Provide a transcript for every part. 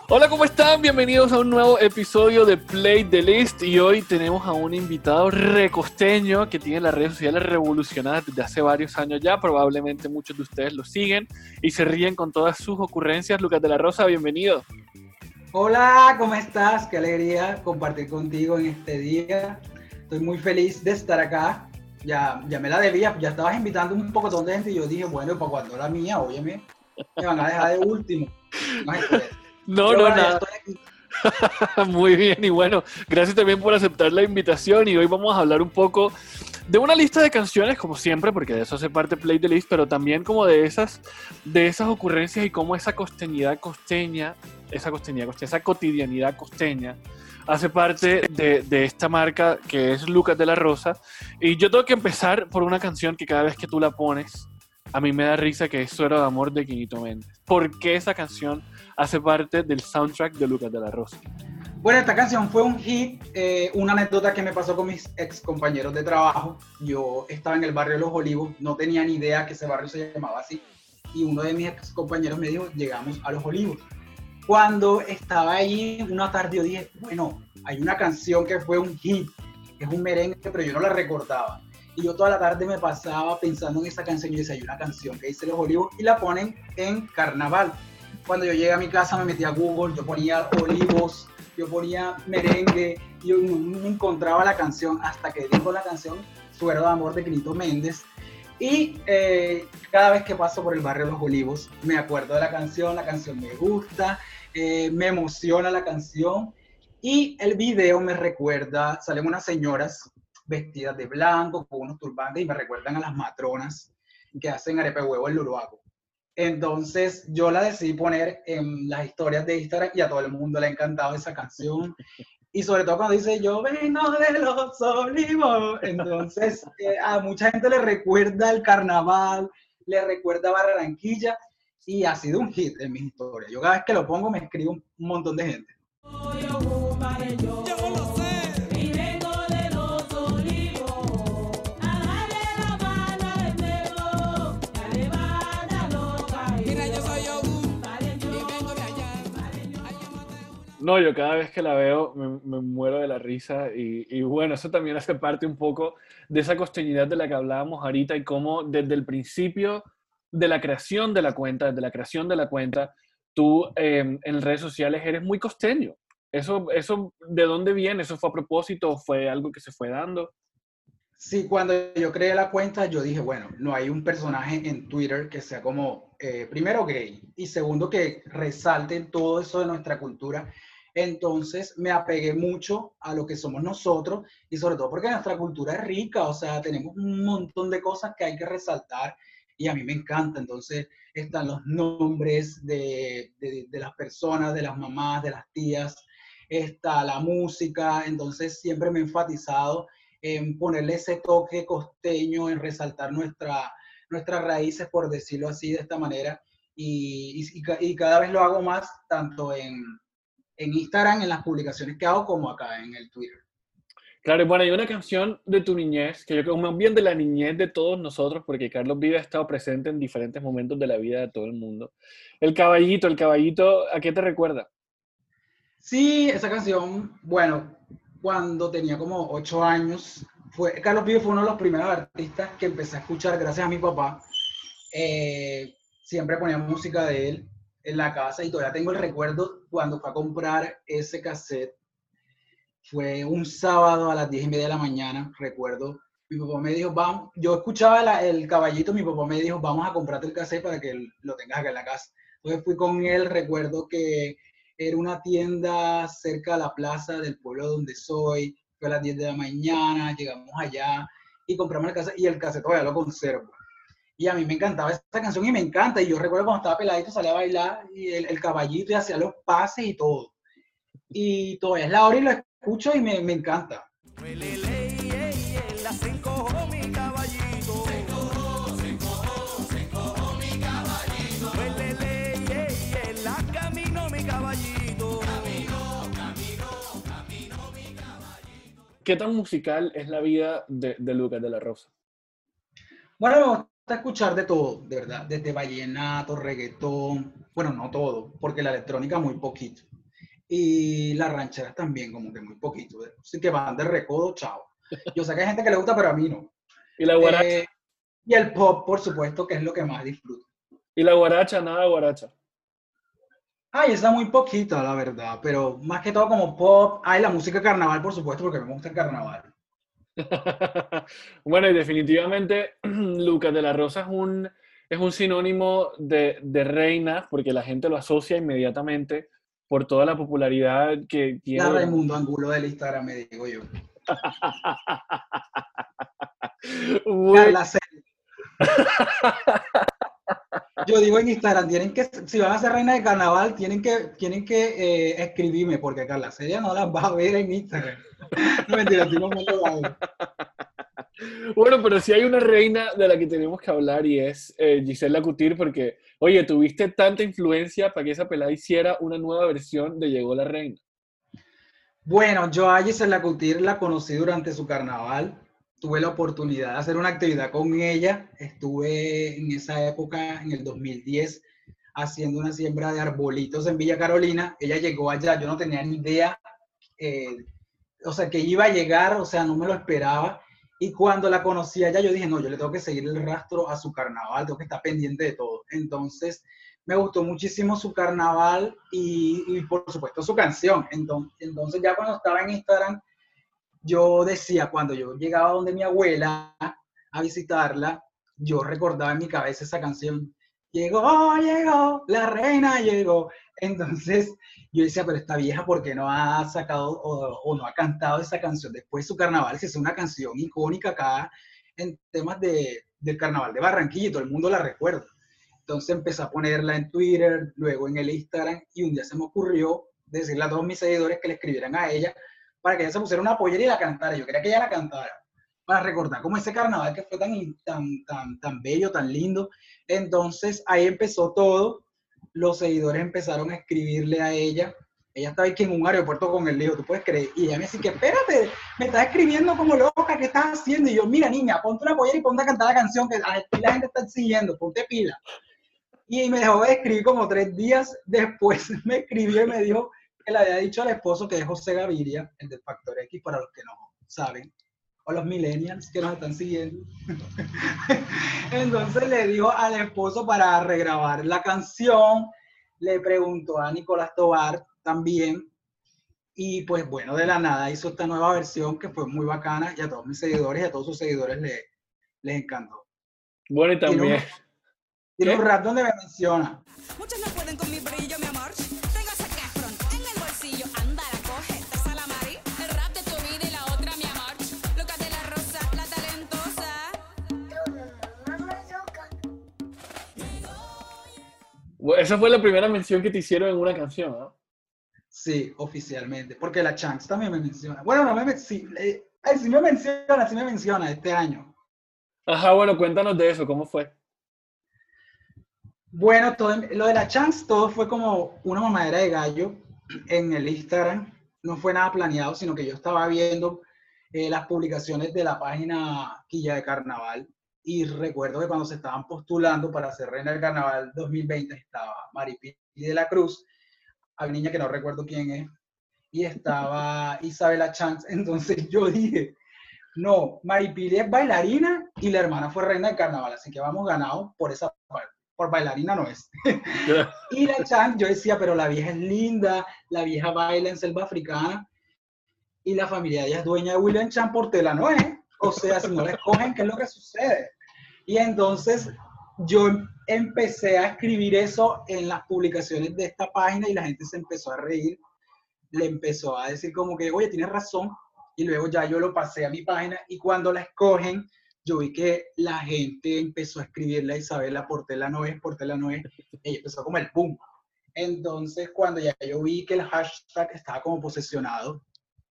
Hola, ¿cómo están? Bienvenidos a un nuevo episodio de Play the List y hoy tenemos a un invitado recosteño que tiene las redes sociales revolucionadas desde hace varios años ya. Probablemente muchos de ustedes lo siguen y se ríen con todas sus ocurrencias. Lucas de la Rosa, bienvenido. Hola, ¿cómo estás? Qué alegría compartir contigo en este día. Estoy muy feliz de estar acá. Ya me la debía, ya estabas invitando un poco de gente y yo dije, bueno, ¿para cuándo la mía? Óyeme, me van a dejar de último. No se puede. No, Pero bueno, ya nada. estoy aquí. Muy bien, y bueno, gracias también por aceptar la invitación y hoy vamos a hablar un poco de una lista de canciones, como siempre, porque de eso hace parte Play the List, pero también como de esas ocurrencias y cómo esa costeña, esa cotidianidad costeña hace parte de esta marca que es Lucas de la Rosa. Y yo tengo que empezar por una canción que cada vez que tú la pones, a mí me da risa, que es Suero de Amor de Quinito Méndez. ¿Por qué esa canción hace parte del soundtrack de Lucas de la Rosa? Bueno, esta canción fue un hit, una anécdota que me pasó con mis ex compañeros de trabajo. Yo estaba en el barrio de Los Olivos, no tenía ni idea que ese barrio se llamaba así. Y uno de mis ex compañeros me dijo, llegamos a Los Olivos. Cuando estaba ahí una tarde yo dije, bueno, hay una canción que fue un hit, es un merengue, pero yo no la recordaba. Y yo toda la tarde me pasaba pensando en esa canción. Yo decía, hay una canción que dice Los Olivos y la ponen en Carnaval. Cuando yo llegué a mi casa me metí a Google, yo ponía Olivos, yo ponía merengue, y yo no encontraba la canción hasta que di con la canción Suero de Amor de Quinito Méndez. Y cada vez que paso por el barrio Los Olivos me acuerdo de la canción me gusta, me emociona la canción y el video me recuerda, salen unas señoras vestidas de blanco con unos turbantes y me recuerdan a las matronas que hacen arepa de huevo en Luluaco. Entonces yo la decidí poner en las historias de Instagram y a todo el mundo le ha encantado esa canción. Y sobre todo cuando dice yo vengo de Los Olivos, entonces a mucha gente le recuerda el carnaval, le recuerda a Barranquilla y ha sido un hit en mis historias. Yo cada vez que lo pongo me escribe un montón de gente. No, yo cada vez que la veo me muero de la risa y bueno, eso también hace parte un poco de esa costeñidad de la que hablábamos ahorita y cómo desde el principio de la creación de la cuenta, desde la creación de la cuenta, tú en redes sociales eres muy costeño. Eso, ¿de dónde viene? ¿Eso fue a propósito o fue algo que se fue dando? Sí, cuando yo creé la cuenta, yo dije, bueno, no hay un personaje en Twitter que sea como, primero, gay y segundo, que resalte todo eso de nuestra cultura. Entonces me apegué mucho a lo que somos nosotros y sobre todo porque nuestra cultura es rica, o sea, tenemos un montón de cosas que hay que resaltar y a mí me encanta. Entonces están los nombres de las personas, de las mamás, de las tías, está la música, entonces siempre me he enfatizado en ponerle ese toque costeño, en resaltar nuestras raíces, por decirlo así, de esta manera. Y cada vez lo hago más, tanto en Instagram, en las publicaciones que hago, como acá en el Twitter. Claro, y bueno, hay una canción de tu niñez, que yo creo más bien de la niñez de todos nosotros, porque Carlos Vive ha estado presente en diferentes momentos de la vida de todo el mundo. El caballito, ¿a qué te recuerda? Sí, esa canción, bueno, cuando tenía como 8 años, Carlos Vives fue uno de los primeros artistas que empecé a escuchar gracias a mi papá. Siempre ponía música de él en la casa y todavía tengo el recuerdo cuando fue a comprar ese cassette. Fue un sábado a las 10:30 de la mañana, recuerdo. Mi papá me dijo, vamos, yo escuchaba el caballito, mi papá me dijo, vamos a comprarte el cassette para que lo tengas acá en la casa. Entonces fui con él, recuerdo que era una tienda cerca de la plaza del pueblo donde soy, fue a las 10 de la mañana, llegamos allá y compramos el cassette y el cassette todavía lo conservo. Y a mí me encantaba esa canción y me encanta. Y yo recuerdo cuando estaba peladito, salía a bailar y el caballito y hacía los pases y todo. Y todavía es la hora y lo escucho y me encanta. ¿Qué tan musical es la vida de Lucas de la Rosa? Bueno, me gusta escuchar de todo, de verdad, desde vallenato, reggaetón, bueno, no todo, porque la electrónica muy poquito. Y las rancheras también, como que muy poquito. Así que van de recodo, chao. Yo sé que hay gente que le gusta, pero a mí no. ¿Y la guaracha? Y el pop, por supuesto, que es lo que más disfruto. ¿Y la guaracha? Nada de guaracha. Ay, está muy poquita, la verdad, pero más que todo como pop. Ay, la música de carnaval, por supuesto, porque me gusta el carnaval. Bueno, y definitivamente Lucas de la Rosa es un sinónimo de reina, porque la gente lo asocia inmediatamente por toda la popularidad que tiene. La Raimundo Angulo del Instagram, me digo yo. Carla C. Yo digo en Instagram, si van a ser reina de carnaval, tienen que escribirme, porque Carla Celia no las va a ver en Instagram. No, mentira, tú no me lo vas a ver. Bueno, pero sí hay una reina de la que tenemos que hablar y es Gisela Couture, porque, oye, tuviste tanta influencia para que esa pelada hiciera una nueva versión de Llegó la Reina. Bueno, yo a Gisela Couture la conocí durante su carnaval. Tuve la oportunidad de hacer una actividad con ella. Estuve en esa época, en el 2010, haciendo una siembra de arbolitos en Villa Carolina. Ella llegó allá, yo no tenía ni idea, o sea, que iba a llegar, o sea, no me lo esperaba. Y cuando la conocí allá, yo dije, no, yo le tengo que seguir el rastro a su carnaval, tengo que estar pendiente de todo. Entonces, me gustó muchísimo su carnaval y por supuesto su canción. Entonces ya cuando estaba en Instagram, yo decía, cuando yo llegaba donde mi abuela a visitarla, yo recordaba en mi cabeza esa canción. Llegó, la reina llegó. Entonces yo decía, pero esta vieja, ¿por qué no ha sacado o no ha cantado esa canción después de su carnaval? Si es una canción icónica acá en temas del carnaval de Barranquilla y todo el mundo la recuerda. Entonces empecé a ponerla en Twitter, luego en el Instagram, y un día se me ocurrió decirle a todos mis seguidores que le escribieran a ella para que ella se pusiera una pollera y la cantara. Yo quería que ella la cantara, para recordar como ese carnaval que fue tan bello, tan lindo. Entonces ahí empezó todo, los seguidores empezaron a escribirle a ella. Ella estaba aquí en un aeropuerto con el lío, tú puedes creer. Y ella me decía que espérate, me estás escribiendo como loca, ¿qué estás haciendo? Y yo, mira niña, ponte una pollera y ponte a cantar la canción que la gente está siguiendo, ponte pila. Y me dejó de escribir como 3 días después, me escribió y me dijo que le había dicho al esposo, que es José Gaviria, el del Factor X, para los que no saben, o los millennials que nos están siguiendo. Entonces le dijo al esposo para regrabar la canción, le preguntó a Nicolás Tobar también, y pues bueno, de la nada hizo esta nueva versión que fue muy bacana, y a todos mis seguidores y a todos sus seguidores les encantó. Bueno, y también... Tiene un rap donde me menciona. Muchos no pueden con mi brillo, mi amor. Tengo ese Kefron en el bolsillo. Anda, la coge, te salamari. El rap de tu vida y la otra, mi amor. Lucas de la Rosa, la talentosa. Bueno, esa fue la primera mención que te hicieron en una canción, ¿no? Sí, oficialmente. Porque la Chance también me menciona. Bueno, no me sí me menciona este año. Ajá, bueno, cuéntanos de eso, ¿cómo fue? Bueno, lo de la Chance, todo fue como una mamadera de gallo en el Instagram. No fue nada planeado, sino que yo estaba viendo las publicaciones de la página Quilla de Carnaval. Y recuerdo que cuando se estaban postulando para ser reina del Carnaval 2020 estaba Maripili de la Cruz, hay una niña que no recuerdo quién es, y estaba Isabela Chance. Entonces yo dije, no, Maripili es bailarina y la hermana fue reina del Carnaval, así que vamos ganados por esa parte. Por bailarina no es. Y la Chance, yo decía, pero la vieja es linda, la vieja baila en selva africana, y la familia de ella es dueña de William Chan Portela, ¿no es? O sea, si no la escogen, ¿qué es lo que sucede? Y entonces yo empecé a escribir eso en las publicaciones de esta página y la gente se empezó a reír, le empezó a decir como que, oye, tienes razón, y luego ya yo lo pasé a mi página, y cuando la escogen, yo vi que la gente empezó a escribirle a Isabela, Portela no es, y empezó como el boom. Entonces, cuando ya yo vi que el hashtag estaba como posesionado,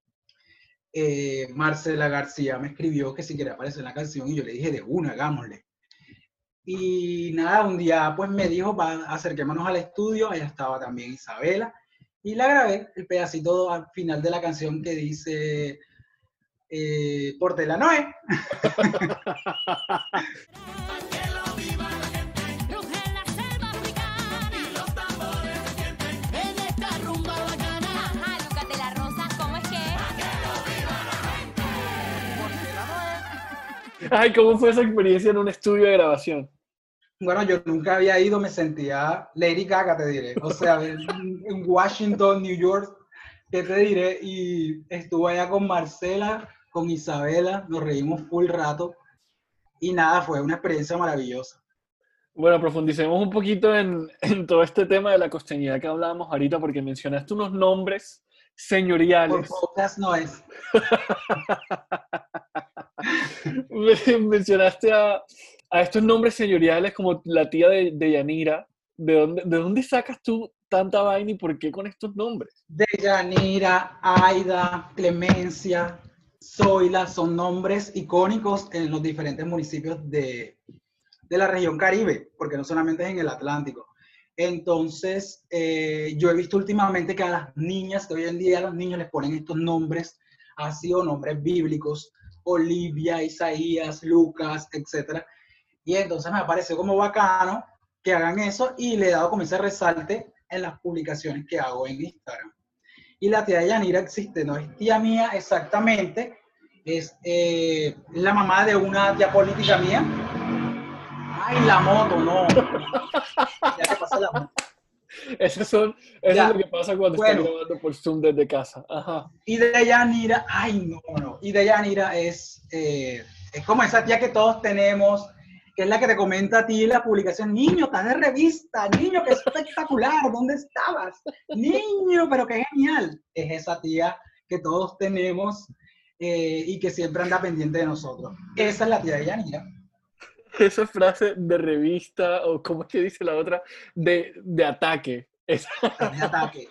Marcela García me escribió que si quería aparecer en la canción, y yo le dije, de una, hagámosle. Y nada, un día pues me dijo, acerquémonos al estudio, allá estaba también Isabela, y la grabé, el pedacito al final de la canción que dice... Portela no es. Ay, ¿cómo fue esa experiencia en un estudio de grabación? Bueno, yo nunca había ido, me sentía Lady Gaga, te diré. O sea, en Washington, New York, ¿qué te diré? Y estuve allá con Marcela, con Isabela, nos reímos full rato y nada, fue una experiencia maravillosa. Bueno, profundicemos un poquito en todo este tema de la costeñidad que hablábamos ahorita, porque mencionaste unos nombres Por señoriales. podcast no es. Mencionaste a estos nombres señoriales como la tía de Yanira. ¿De dónde sacas tú tanta vaina y por qué con estos nombres? Deyanira, Aida, Clemencia, Zoila son nombres icónicos en los diferentes municipios de la región Caribe, porque no solamente es en el Atlántico. Entonces, yo he visto últimamente que a las niñas, que hoy en día a los niños les ponen estos nombres, así o nombres bíblicos, Olivia, Isaías, Lucas, etc. Y entonces me pareció como bacano que hagan eso y le he dado como ese resalte en las publicaciones que hago en Instagram. Y la tía de Yanira existe, no es tía mía exactamente, es la mamá de una tía política mía. Ay, la moto, no. Ya que pasa la moto. Eso es lo Ya, que pasa cuando estás bueno, grabando por Zoom desde casa. Ajá. y de Yanira, ay, no, no. Y de Yanira es como esa tía que todos tenemos, que es la que te comenta a ti en la publicación, niño, estás de revista, niño, qué espectacular, ¿dónde estabas? Niño, pero qué genial. Es esa tía que todos tenemos y que siempre anda pendiente de nosotros. Esa es la tía de Yanira. Esa frase de revista, o como es que dice la otra, de ataque. La de ataque.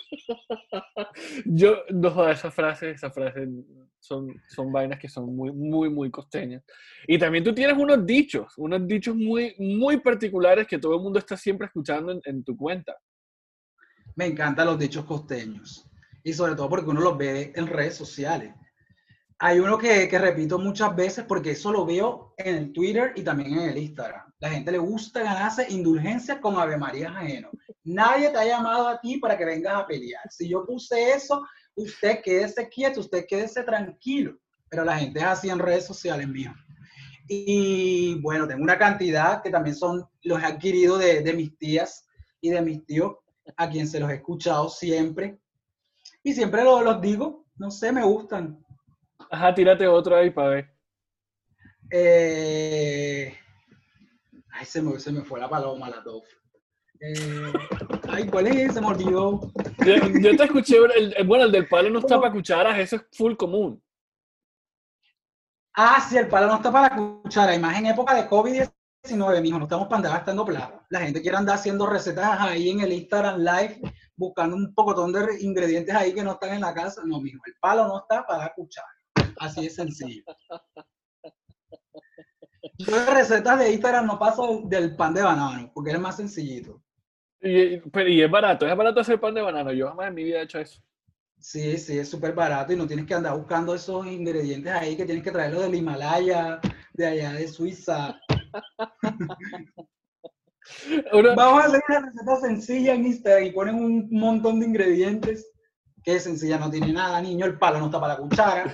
Yo, no joda, esa frase son vainas que son muy, muy, muy costeñas. Y también tú tienes unos dichos muy, muy particulares que todo el mundo está siempre escuchando en tu cuenta. Me encantan los dichos costeños. Y sobre todo porque uno los ve en redes sociales. Hay uno que repito muchas veces porque eso lo veo en el Twitter y también en el Instagram. La gente le gusta ganarse indulgencias con Ave María ajeno. Nadie te ha llamado a ti para que vengas a pelear. Si yo puse eso, usted quédese quieto, usted quédese tranquilo. Pero la gente es así en redes sociales, mío. Y bueno, tengo una cantidad que también los he adquirido de mis tías y de mis tíos, a quien se los he escuchado siempre. Y siempre los digo, no sé, me gustan. Ajá, tírate otro ahí para ver. Ay, se me fue la paloma, la dos. Ay, ¿cuál es? Se me olvidó. Yo te escuché, el del palo no está para cucharas, eso es full común. Ah, sí, el palo no está para la cuchara. Y más en época de COVID-19, mijo, no estamos para andar gastando plata. La gente quiere andar haciendo recetas ahí en el Instagram Live, buscando un pocotón de ingredientes ahí que no están en la casa. No, mijo, el palo no está para la cuchara. Así de sencillo. Yo de recetas de Instagram no paso del pan de banano, porque es más sencillito. Y es barato hacer pan de banano. Yo jamás en mi vida he hecho eso. Sí, sí, es súper barato y no tienes que andar buscando esos ingredientes ahí que tienes que traerlos del Himalaya, de allá de Suiza. Vamos a hacer una receta sencilla en Instagram y ponen un montón de ingredientes. Que sencilla, no tiene nada, niño, el palo no está para la cuchara.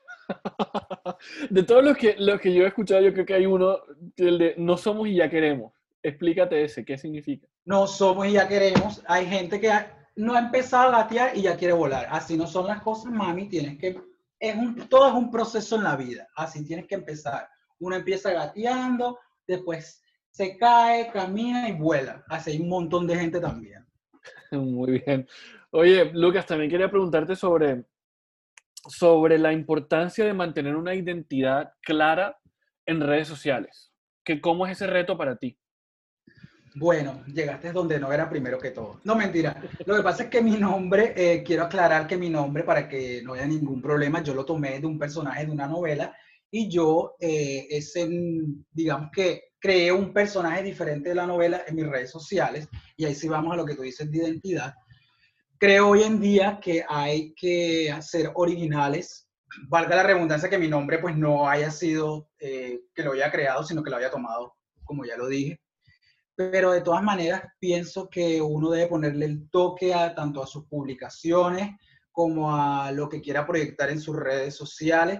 De todos los que yo he escuchado, yo creo que hay uno, el de no somos y ya queremos. Explícate ese, ¿qué significa? No somos y ya queremos. Hay gente que no ha empezado a gatear y ya quiere volar. Así no son las cosas, mami. Todo es un proceso en la vida. Así tienes que empezar. Uno empieza gateando, después se cae, camina y vuela. Así hay un montón de gente también. Muy bien. Oye, Lucas, también quería preguntarte sobre la importancia de mantener una identidad clara en redes sociales. ¿Cómo es ese reto para ti? Bueno, llegaste donde no era primero que todo. No, mentira. Lo que pasa es que mi nombre, quiero aclarar que mi nombre, para que no haya ningún problema, yo lo tomé de un personaje de una novela y yo, digamos que creé un personaje diferente de la novela en mis redes sociales y ahí sí vamos a lo que tú dices de identidad. Creo hoy en día que hay que ser originales. Valga la redundancia que mi nombre pues no haya sido que lo haya creado, sino que lo haya tomado, como ya lo dije. Pero de todas maneras pienso que uno debe ponerle el toque tanto a sus publicaciones como a lo que quiera proyectar en sus redes sociales,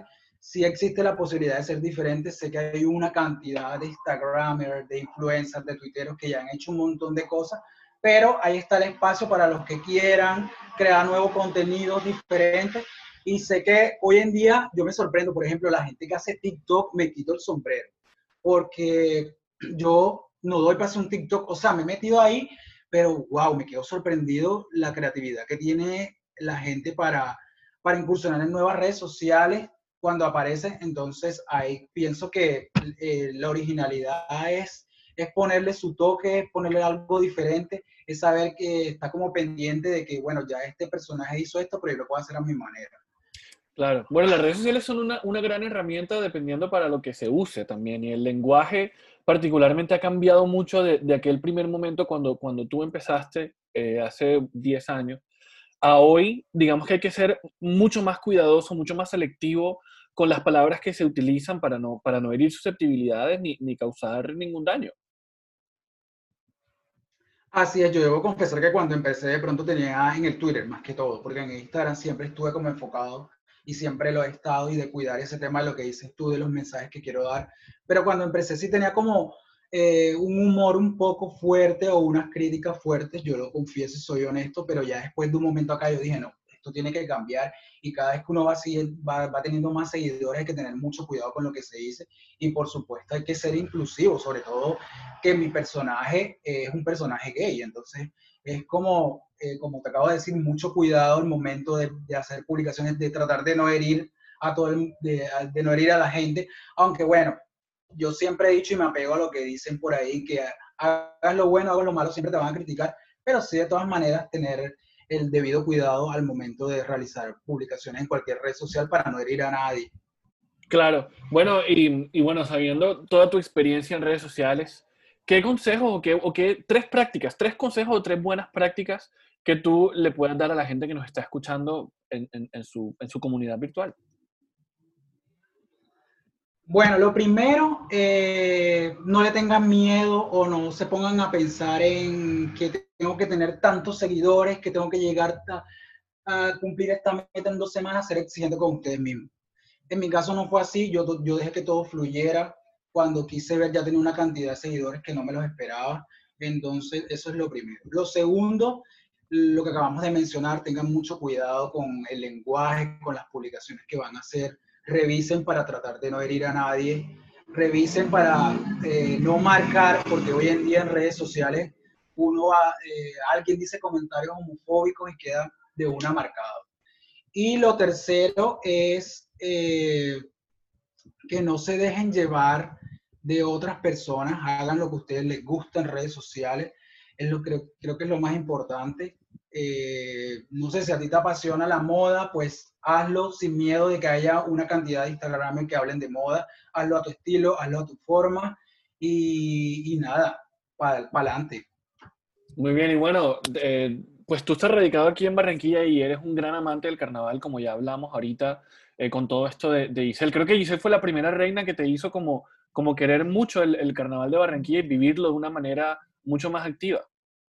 sí existe la posibilidad de ser diferente. Sé que hay una cantidad de Instagramers, de influencers, de tuiteros que ya han hecho un montón de cosas, pero ahí está el espacio para los que quieran crear nuevos contenidos diferentes. Y sé que hoy en día yo me sorprendo, por ejemplo, la gente que hace TikTok, me quito el sombrero, porque yo no doy para hacer un TikTok, o sea, me he metido ahí, pero wow, me quedo sorprendido la creatividad que tiene la gente para incursionar en nuevas redes sociales cuando aparece. Entonces ahí pienso que la originalidad es ponerle su toque, es ponerle algo diferente, es saber que está como pendiente de que, bueno, ya este personaje hizo esto, pero yo lo puedo hacer a mi manera. Claro. Bueno, las redes sociales son una gran herramienta dependiendo para lo que se use también. Y el lenguaje particularmente ha cambiado mucho de aquel primer momento cuando tú empezaste hace 10 años a hoy. Digamos que hay que ser mucho más cuidadoso, mucho más selectivo con las palabras que se utilizan para no herir susceptibilidades ni causar ningún daño. Así es, yo debo confesar que cuando empecé de pronto tenía en el Twitter más que todo, porque en Instagram siempre estuve como enfocado y siempre lo he estado y de cuidar ese tema de lo que dices tú, de los mensajes que quiero dar. Pero cuando empecé sí tenía como un humor un poco fuerte o unas críticas fuertes, yo lo confieso y soy honesto, pero ya después de un momento acá yo dije, no, esto tiene que cambiar y cada vez que uno va teniendo más seguidores hay que tener mucho cuidado con lo que se dice y por supuesto hay que ser inclusivo, sobre todo que mi personaje es un personaje gay, entonces es como te acabo de decir, mucho cuidado al momento de hacer publicaciones, de tratar de no herir a de no herir a la gente, aunque bueno, yo siempre he dicho y me apego a lo que dicen por ahí, que hagas lo bueno, hagas lo malo, siempre te van a criticar, pero sí de todas maneras tener el debido cuidado al momento de realizar publicaciones en cualquier red social para no herir a nadie. Claro. Bueno, y bueno, sabiendo toda tu experiencia en redes sociales, ¿qué consejos o qué tres consejos o tres buenas prácticas que tú le puedas dar a la gente que nos está escuchando en su comunidad virtual? Bueno, lo primero, no le tengan miedo o no se pongan a pensar en que tengo que tener tantos seguidores, que tengo que llegar a cumplir esta meta en 2 semanas, ser exigente con ustedes mismos. En mi caso no fue así, yo dejé que todo fluyera. Cuando quise ver ya tenía una cantidad de seguidores que no me los esperaba. Entonces, eso es lo primero. Lo segundo, lo que acabamos de mencionar, tengan mucho cuidado con el lenguaje, con las publicaciones que van a hacer. Revisen para tratar de no herir a nadie. Revisen para no marcar, porque hoy en día en redes sociales alguien dice comentarios homofóbicos y queda de una marcado. Y lo tercero es que no se dejen llevar de otras personas, hagan lo que a ustedes les gusta en redes sociales, creo que es lo más importante. No sé si a ti te apasiona la moda, pues hazlo sin miedo de que haya una cantidad de Instagram que hablen de moda, hazlo a tu estilo, hazlo a tu forma y nada, para adelante. Muy bien, y bueno, pues tú estás radicado aquí en Barranquilla y eres un gran amante del carnaval, como ya hablamos ahorita con todo esto de Giselle. Creo que Giselle fue la primera reina que te hizo como querer mucho el carnaval de Barranquilla y vivirlo de una manera mucho más activa.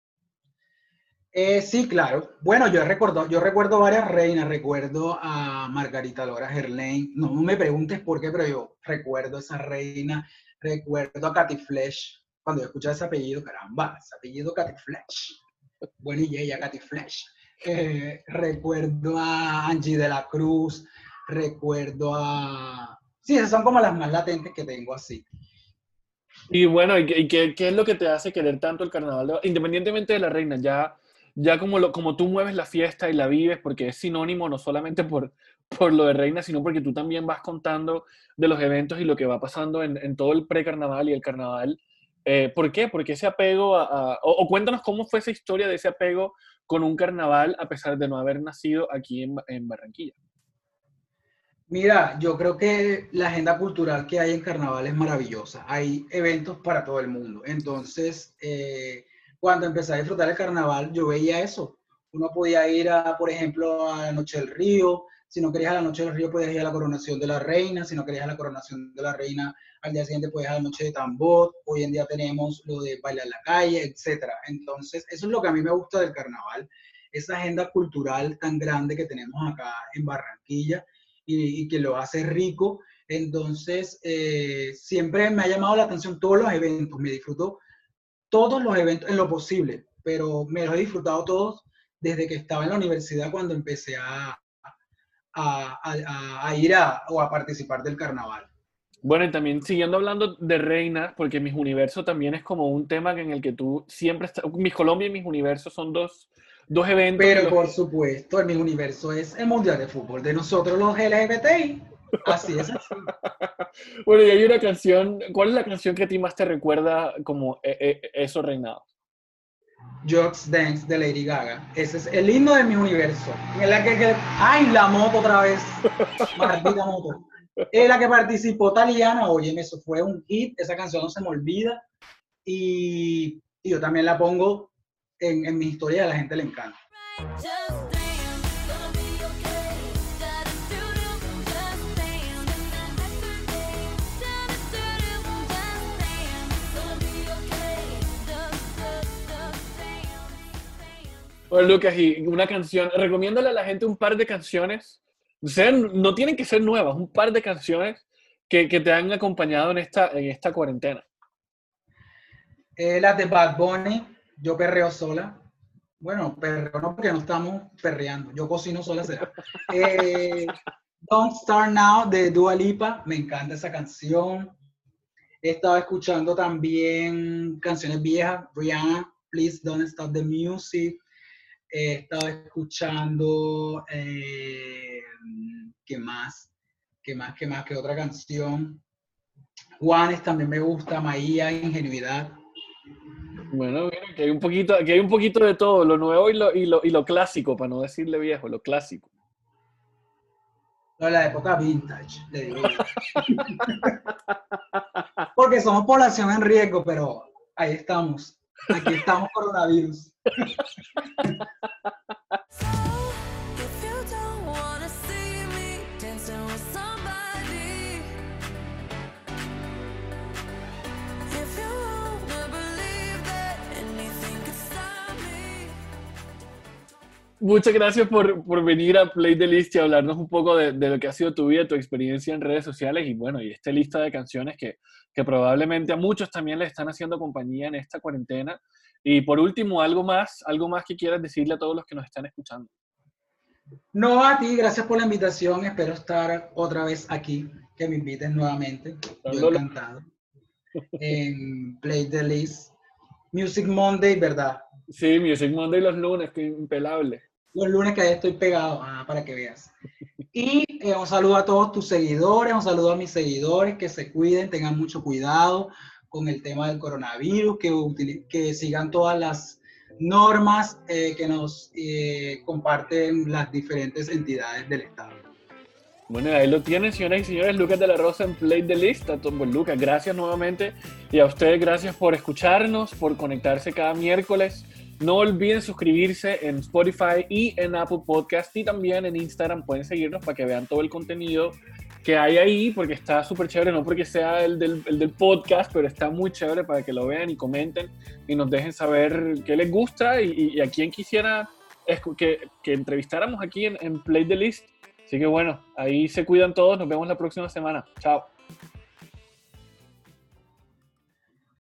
Sí, claro. Bueno, yo recuerdo varias reinas, recuerdo a Margarita Lora Gerlain, no me preguntes por qué, pero yo recuerdo a esa reina, recuerdo a Katy Flesh, cuando yo escuchaba ese apellido, caramba, ese apellido Katy Flesh, bueno y ella, Katy Flesh. Recuerdo a Angie de la Cruz, recuerdo a... Sí, esas son como las más latentes que tengo así. Y bueno, ¿y qué es lo que te hace querer tanto el carnaval? Independientemente de la reina, ya como tú mueves la fiesta y la vives, porque es sinónimo no solamente por lo de reina, sino porque tú también vas contando de los eventos y lo que va pasando en todo el precarnaval y el carnaval. ¿Por qué? Porque ese apego o cuéntanos cómo fue esa historia de ese apego con un carnaval a pesar de no haber nacido aquí en Barranquilla. Mira, yo creo que la agenda cultural que hay en Carnaval es maravillosa. Hay eventos para todo el mundo. Entonces, cuando empecé a disfrutar el Carnaval, yo veía eso. Uno podía ir por ejemplo, a la Noche del Río. Si no querías a la Noche del Río, podías ir a la Coronación de la Reina. Si no querías a la Coronación de la Reina, al día siguiente podías ir a la Noche de Tambor. Hoy en día tenemos lo de Bailar en la Calle, etcétera. Entonces, eso es lo que a mí me gusta del Carnaval, esa agenda cultural tan grande que tenemos acá en Barranquilla y que lo hace rico. Entonces, siempre me ha llamado la atención todos los eventos, me disfruto todos los eventos en lo posible, pero me los he disfrutado todos desde que estaba en la universidad cuando empecé a ir o a participar del carnaval. Bueno, y también siguiendo hablando de reinas, porque Miss Universo también es como un tema en el que tú siempre estás. Miss Colombia y Miss Universo son dos eventos. Pero por supuesto, el Miss Universo es el Mundial de Fútbol de nosotros los LGBTI. Así es así. Bueno, y hay una canción. ¿Cuál es la canción que a ti más te recuerda como esos reinados? Just Dance de Lady Gaga. Ese es el himno de Miss Universo. En la ¡ay, la moto otra vez! Maldita moto. En la que participó Taliana, oye, eso fue un hit, esa canción no se me olvida. Y yo también la pongo en mi historia, a la gente le encanta. Just dance, gonna be okay. Da-da-doo-doo, just dance. Da-da-doo-doo, just dance, gonna be okay. Dance. Bueno, Lucas, y una canción. Recomiéndale a la gente un par de canciones. No tienen que ser nuevas, un par de canciones que te han acompañado en esta cuarentena. Las de Bad Bunny, Yo Perreo Sola. Bueno, perreo no, porque no estamos perreando. Yo cocino sola, será. Don't Start Now de Dua Lipa. Me encanta esa canción. He estado escuchando también canciones viejas. Rihanna, Please Don't Stop the Music. He estado escuchando... ¿qué más? ¿Qué otra canción? Juanes también me gusta. Maía, Ingenuidad. Bueno, mira, que hay un poquito de todo, lo nuevo y lo clásico, para no decirle viejo, lo clásico. No, la época vintage, le digo yo. Porque somos población en riesgo, pero ahí estamos. Aquí estamos, coronavirus. So, if you don't wanna see me dancing with somebody, if you wanna believe that anything could stop me. Muchas gracias por venir a Play the List y hablarnos un poco de lo que ha sido tu vida, tu experiencia en redes sociales y bueno, y esta lista de canciones que probablemente a muchos también les están haciendo compañía en esta cuarentena. Y por último, algo más que quieras decirle a todos los que nos están escuchando. No, a ti, gracias por la invitación. Espero estar otra vez aquí, que me inviten nuevamente. Yo encantado. En Play the List. Music Monday, ¿verdad? Sí, Music Monday los lunes, que impelable. Los lunes que ahí estoy pegado, para que veas. Y un saludo a todos tus seguidores, un saludo a mis seguidores, que se cuiden, tengan mucho cuidado con el tema del coronavirus, que sigan todas las normas que nos comparten las diferentes entidades del Estado. Bueno, ahí lo tienen, señoras y señores, Lucas de la Rosa en Play the List. Pues, Lucas, gracias nuevamente. Y a ustedes, gracias por escucharnos, por conectarse cada miércoles. No olviden suscribirse en Spotify y en Apple Podcast y también en Instagram. Pueden seguirnos para que vean todo el contenido que hay ahí, porque está súper chévere, no porque sea el del podcast, pero está muy chévere para que lo vean y comenten y nos dejen saber qué les gusta y a quién quisiera que entrevistáramos aquí en Play the List. Así que bueno, ahí se cuidan todos, nos vemos la próxima semana. Chao.